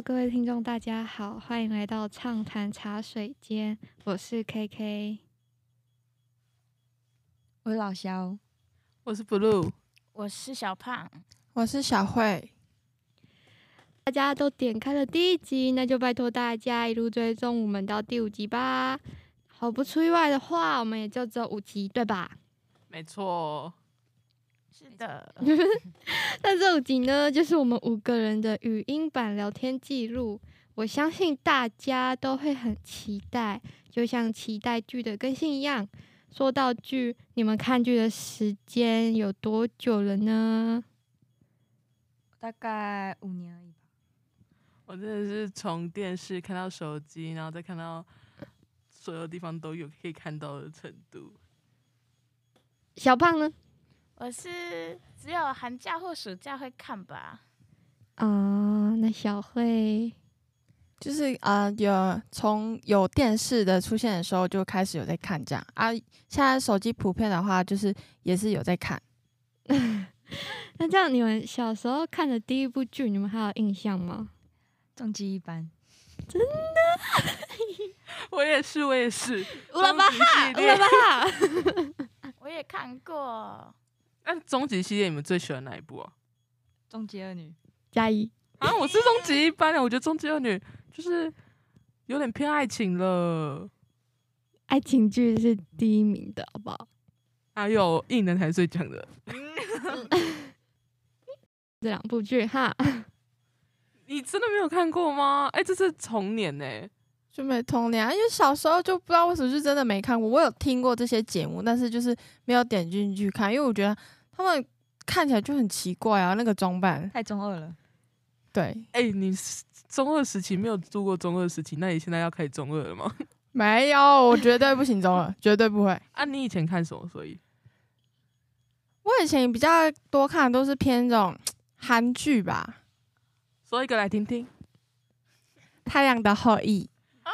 各位听众，大家好，欢迎来到畅谈茶水间，我是 KK， 我是老肖， 我是 Blue， 我是小胖， 我是小慧。 大家都点开了第1集，那就拜托大家一路追踪我们到第5集吧。好，不出意外的话，我们也就只有5集，对吧？ 没错。 是的， 那这5集呢，就是我们5个人的语音版聊天记录。我相信大家都会很期待，就像期待剧的更新一样。说到剧，你们看剧的时间有多久了呢？ 大概5年而已吧。 我真的是从电视看到手机，然后再看到所有地方都有可以看到的程度。 小胖呢？ 我是只有寒假或暑假会看吧。 那小慧就是从有电视的出现的时候就开始有在看这样啊。现在手机普遍的话，就是也是有在看。 那这样你们小时候看的第一部剧，你们还有印象吗？ 终极一班， 真的？ 我也是。 乌拉巴哈，乌拉巴哈。 我也看过。 那终极系列你们最喜欢哪一部啊？ 终极二女， 加一啊，我是终极一班的，我觉得终极二女就是有点偏爱情了。 爱情剧是第1名的，好不好？ 还有异能才是最强的。 这2部剧哈。 你真的没有看过吗？这是童年欸。 就没童年啊，因为小时候就不知道为什么就真的没看过。我有听过这些节目，但是就是没有点进去看，因为我觉得他们看起来就很奇怪啊，那个装扮太中二了。 对， 你中二时期没有度过中二时期，那你现在要开始中二了吗？ 没有，我绝对不行中二，绝对不会。 啊，你以前看什么？所以我以前比较多看的都是偏这种韩剧吧， 说一个来听听。 太阳的后裔。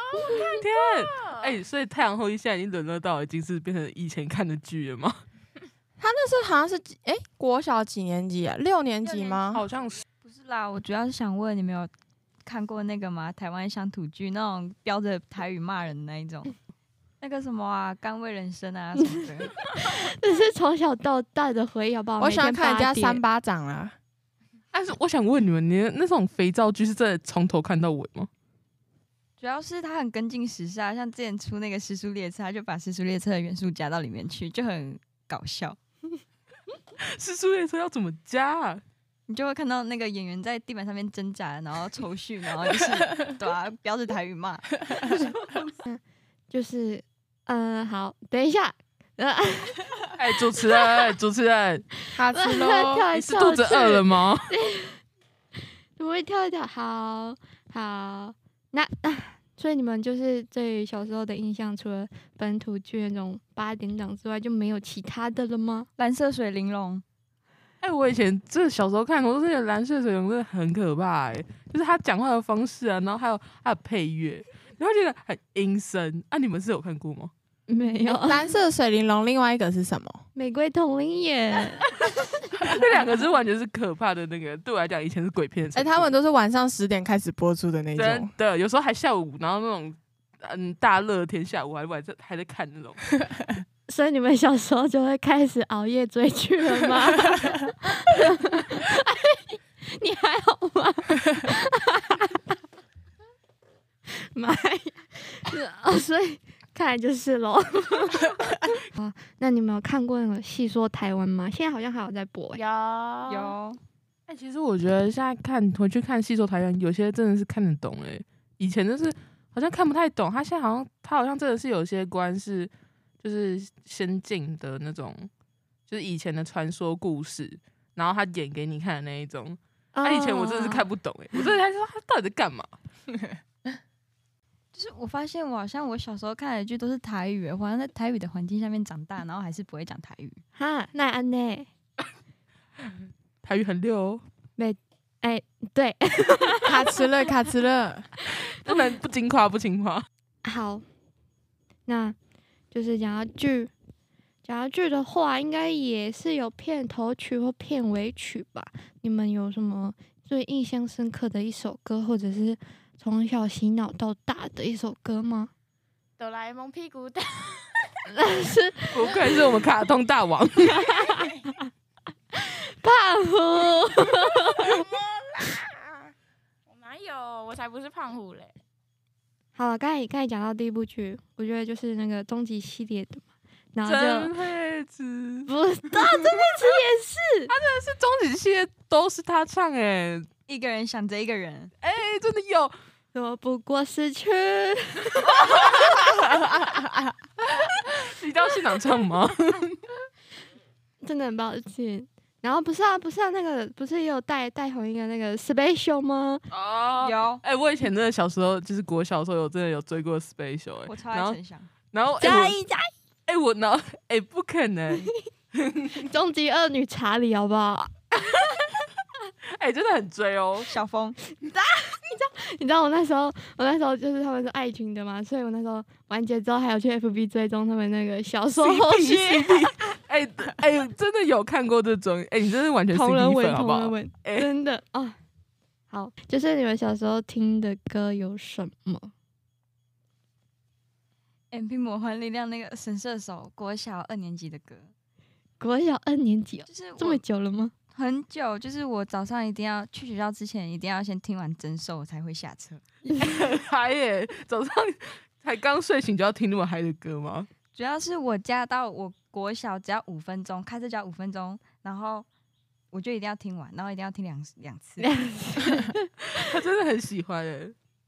天，所以《太阳后裔》现在已经沦落到已经是变成以前看的剧了吗？ 他那是好像是国小几年级啊？6年级吗？ 好像是。 不是啦，我主要是想问你们有看过那个吗？台湾乡土剧那种标着台语骂人的那一种，那个什么啊，甘味人生啊什么的。 这是从小到大的回忆，好不好？ 我喜欢看人家 3 巴掌啊。 但是我想问你们，你的那种肥皂剧是真的从头看到尾吗？ 主要是他很跟进时下，像之前出那个《时速列车》，他就把《时速列车》的元素加到里面去，就很搞笑。 时速列车要怎么加啊？ 你就会看到那个演员在地板上面挣扎，然后抽搐，然后就是对啊，标着台语骂。 就是好，等一下。 主持人， 哈吃咯， 你是肚子饿了吗？ 我会跳一跳，好，那所以你们就是对小时候的印象，除了本土剧那种8点档之外，就没有其他的了吗？ 蓝色水玲珑， 我以前小时候看，我都是觉得蓝色水龙真的很可怕就是他讲话的方式啊，然后还有配乐，然后觉得很阴森啊。你们是有看过吗？ 没有。 蓝色水玲珑，另外一个是什么？ 玫瑰同龄眼。 那2个是完全是可怕的那个，对我来讲以前是鬼片的程度。 他们都是晚上10点开始播出的那种。 真的，有时候还下午，然后那种大热天下午还在看那种。 所以你们小时候就会开始熬夜追剧了吗？你还好吗？妈呀！所以看来就是咯。那你们有看过那个《戏说台湾》吗？现在好像还有在播有。 其实我觉得现在回去看《戏说台湾》，有些真的是看得懂以前就是好像看不太懂，他现在好像真的是有些关是就是先进的那种，就是以前的传说故事，然后他演给你看的那一种。以前我真的是看不懂我真的在说他到底在干嘛。 就是我发现我好像我小时候看的剧都是台语，我好像在台语的环境下面长大，然后还是不会讲台语。 哈，那安呢？ 台语很溜哦。 对。 卡吃了， 不能不轻夸。 好，那就是讲到剧的话，应该也是有片头曲或片尾曲吧？你们有什么最印象深刻的一首歌，或者是从小洗脑到大的一首歌吗？ 哆啦 A 梦屁股蛋， 那是不愧是我们卡通大王。 胖虎。 我哪有？我才不是胖虎嘞！ 好了，刚才讲到第一部剧，我觉得就是那个终极系列的嘛，然后就真佩子， 不是，曾沛慈也是， 是终极系列都是他唱哎， 一个人想着一个人， 哎，真的有。 我不过是去。 你到现场唱吗？ 真的很抱歉。然后不是啊，那个不是也有带红一个那个 special 吗？ 哦， 有， 哎，我以前真的小时候就是国小的时候，真的有追过 special 哎， 我超然后爱陈翔。 然后加一， 哎我然后哎不可能， 终极恶女查理好不好？ 哎真的很追哦。 小峰， 你知道我那时候就是他们是爱群的嘛，所以我那时候完结之后还有去 FB 追踪他们那个小说后续 CP，哎哎，真的有看过这种？哎，你真是完全同人 CP 文粉好不好？ 文， 哎真的啊。好，就是你们小时候听的歌有什么？ MP 魔幻力量那个神射手，国小2年级的歌， 国小2年级哦， 就是这么久了吗？ 很久，就是我早上一定要去学校之前，一定要先听完整首，我才会下车。 嗨耶，早上才刚睡醒就要听那么嗨的歌吗？ 主要是我家到我国小只要5分钟，开车只要5分钟，然后我就一定要听完，然后一定要听两次。 他真的很喜欢哎。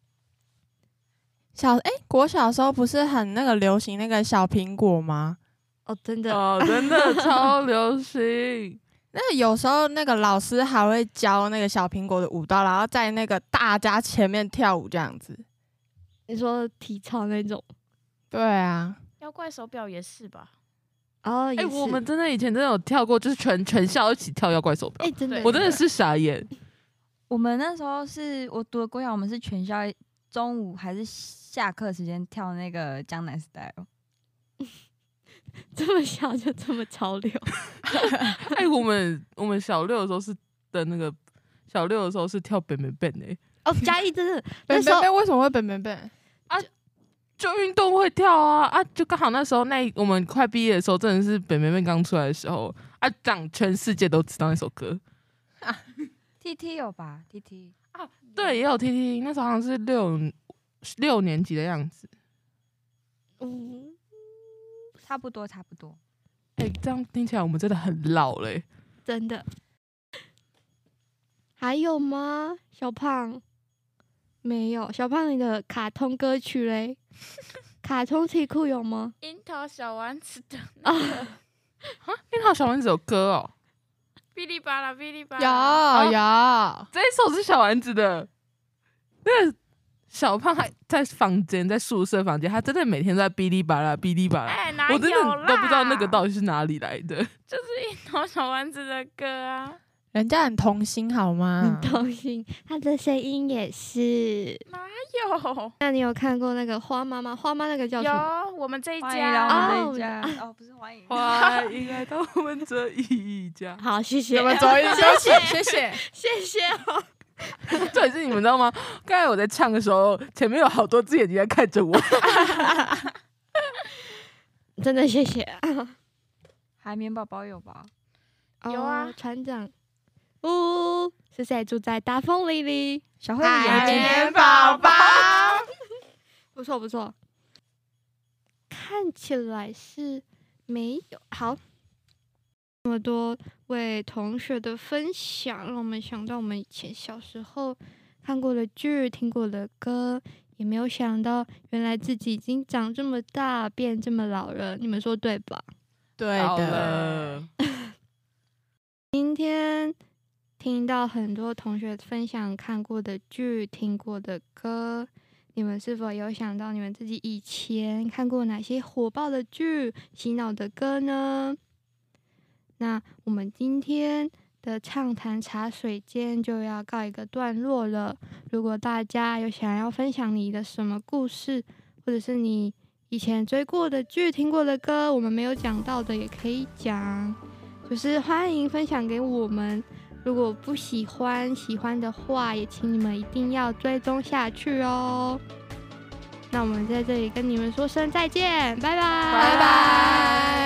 国小的时候不是很那个流行那个小苹果吗？ 哦，真的， 哦，真的超流行。 那个有时候那个老师还会教那个小苹果的舞蹈，然后在那个大家前面跳舞这样子。 你说体操那种？ 对啊， 妖怪手表也是吧？ 哦， 哎、 也是。 我们真的以前真的有跳过，就是全校一起跳妖怪手表。 真的， 对我真的是傻眼。 我们那时候是我读的国小，我们是全校中午还是下课时间跳那个江南 style。 这么小就这么潮流。 哎、我们小六的时候是的那个小六的时候是跳北美笨哎， 哦，嘉义真的那本时候本为什么会本？ 就运动会跳啊，就刚好那时候我们快毕业的时候，真的是北美笨刚出来的时候啊，讲全世界都知道那首歌。 TT 有吧？TT 对，也有 TT， 那时候好像是六年级的样子。 嗯， 差不多。 哎、这样听起来我们真的很老嘞、 真的。还有吗？小胖没有，小胖你的卡通歌曲嘞？卡通题库有吗？ 樱桃小丸子的啊， 樱桃小丸子有歌哦， 哔哩吧啦哔哩吧啦， 有这一首是小丸子的。那个小胖还在房间，在宿舍房间，他真的每天都在哔哩吧啦哔哩吧啦。 哎，哪我真的有啦？ 都不知道那个到底是哪里来的。 就是樱桃小丸子的歌啊， 人家很童心好吗很？动心，他的声音也是。 哪有？ 那你有看过那个花妈吗？花妈那个叫什么？ 有我们这一欢迎来家， 我们这一家。哦，不是欢迎。 欢迎来到我们这一家。 好，谢谢。 怎么走音？ 谢谢谢谢。 谢谢哦。 这也是你们知道吗？刚才我在唱的时候，前面有好多只眼睛在看着我。 真的谢谢。 海绵宝宝有吧？ 有啊哦船长。是谁住在大风里里？ 小慧的眼睛。 海绵宝宝， 不错不错，看起来是没有。好，这么多位同学的分享，让我们想到我们以前小时候看过的剧、听过的歌，也没有想到原来自己已经长这么大，变这么老了。你们说对吧？ 对好的。 了， 今天听到很多同学分享看过的剧、听过的歌，你们是否有想到你们自己以前看过哪些火爆的剧、洗脑的歌呢？那我们今天的畅谈茶水间就要告一个段落了。如果大家有想要分享你的什么故事，或者是你以前追过的剧、听过的歌，我们没有讲到的也可以讲。就是欢迎分享给我们。 如果不喜欢的话，也请你们一定要追踪下去哦。那我们在这里跟你们说声再见，拜拜， 拜拜。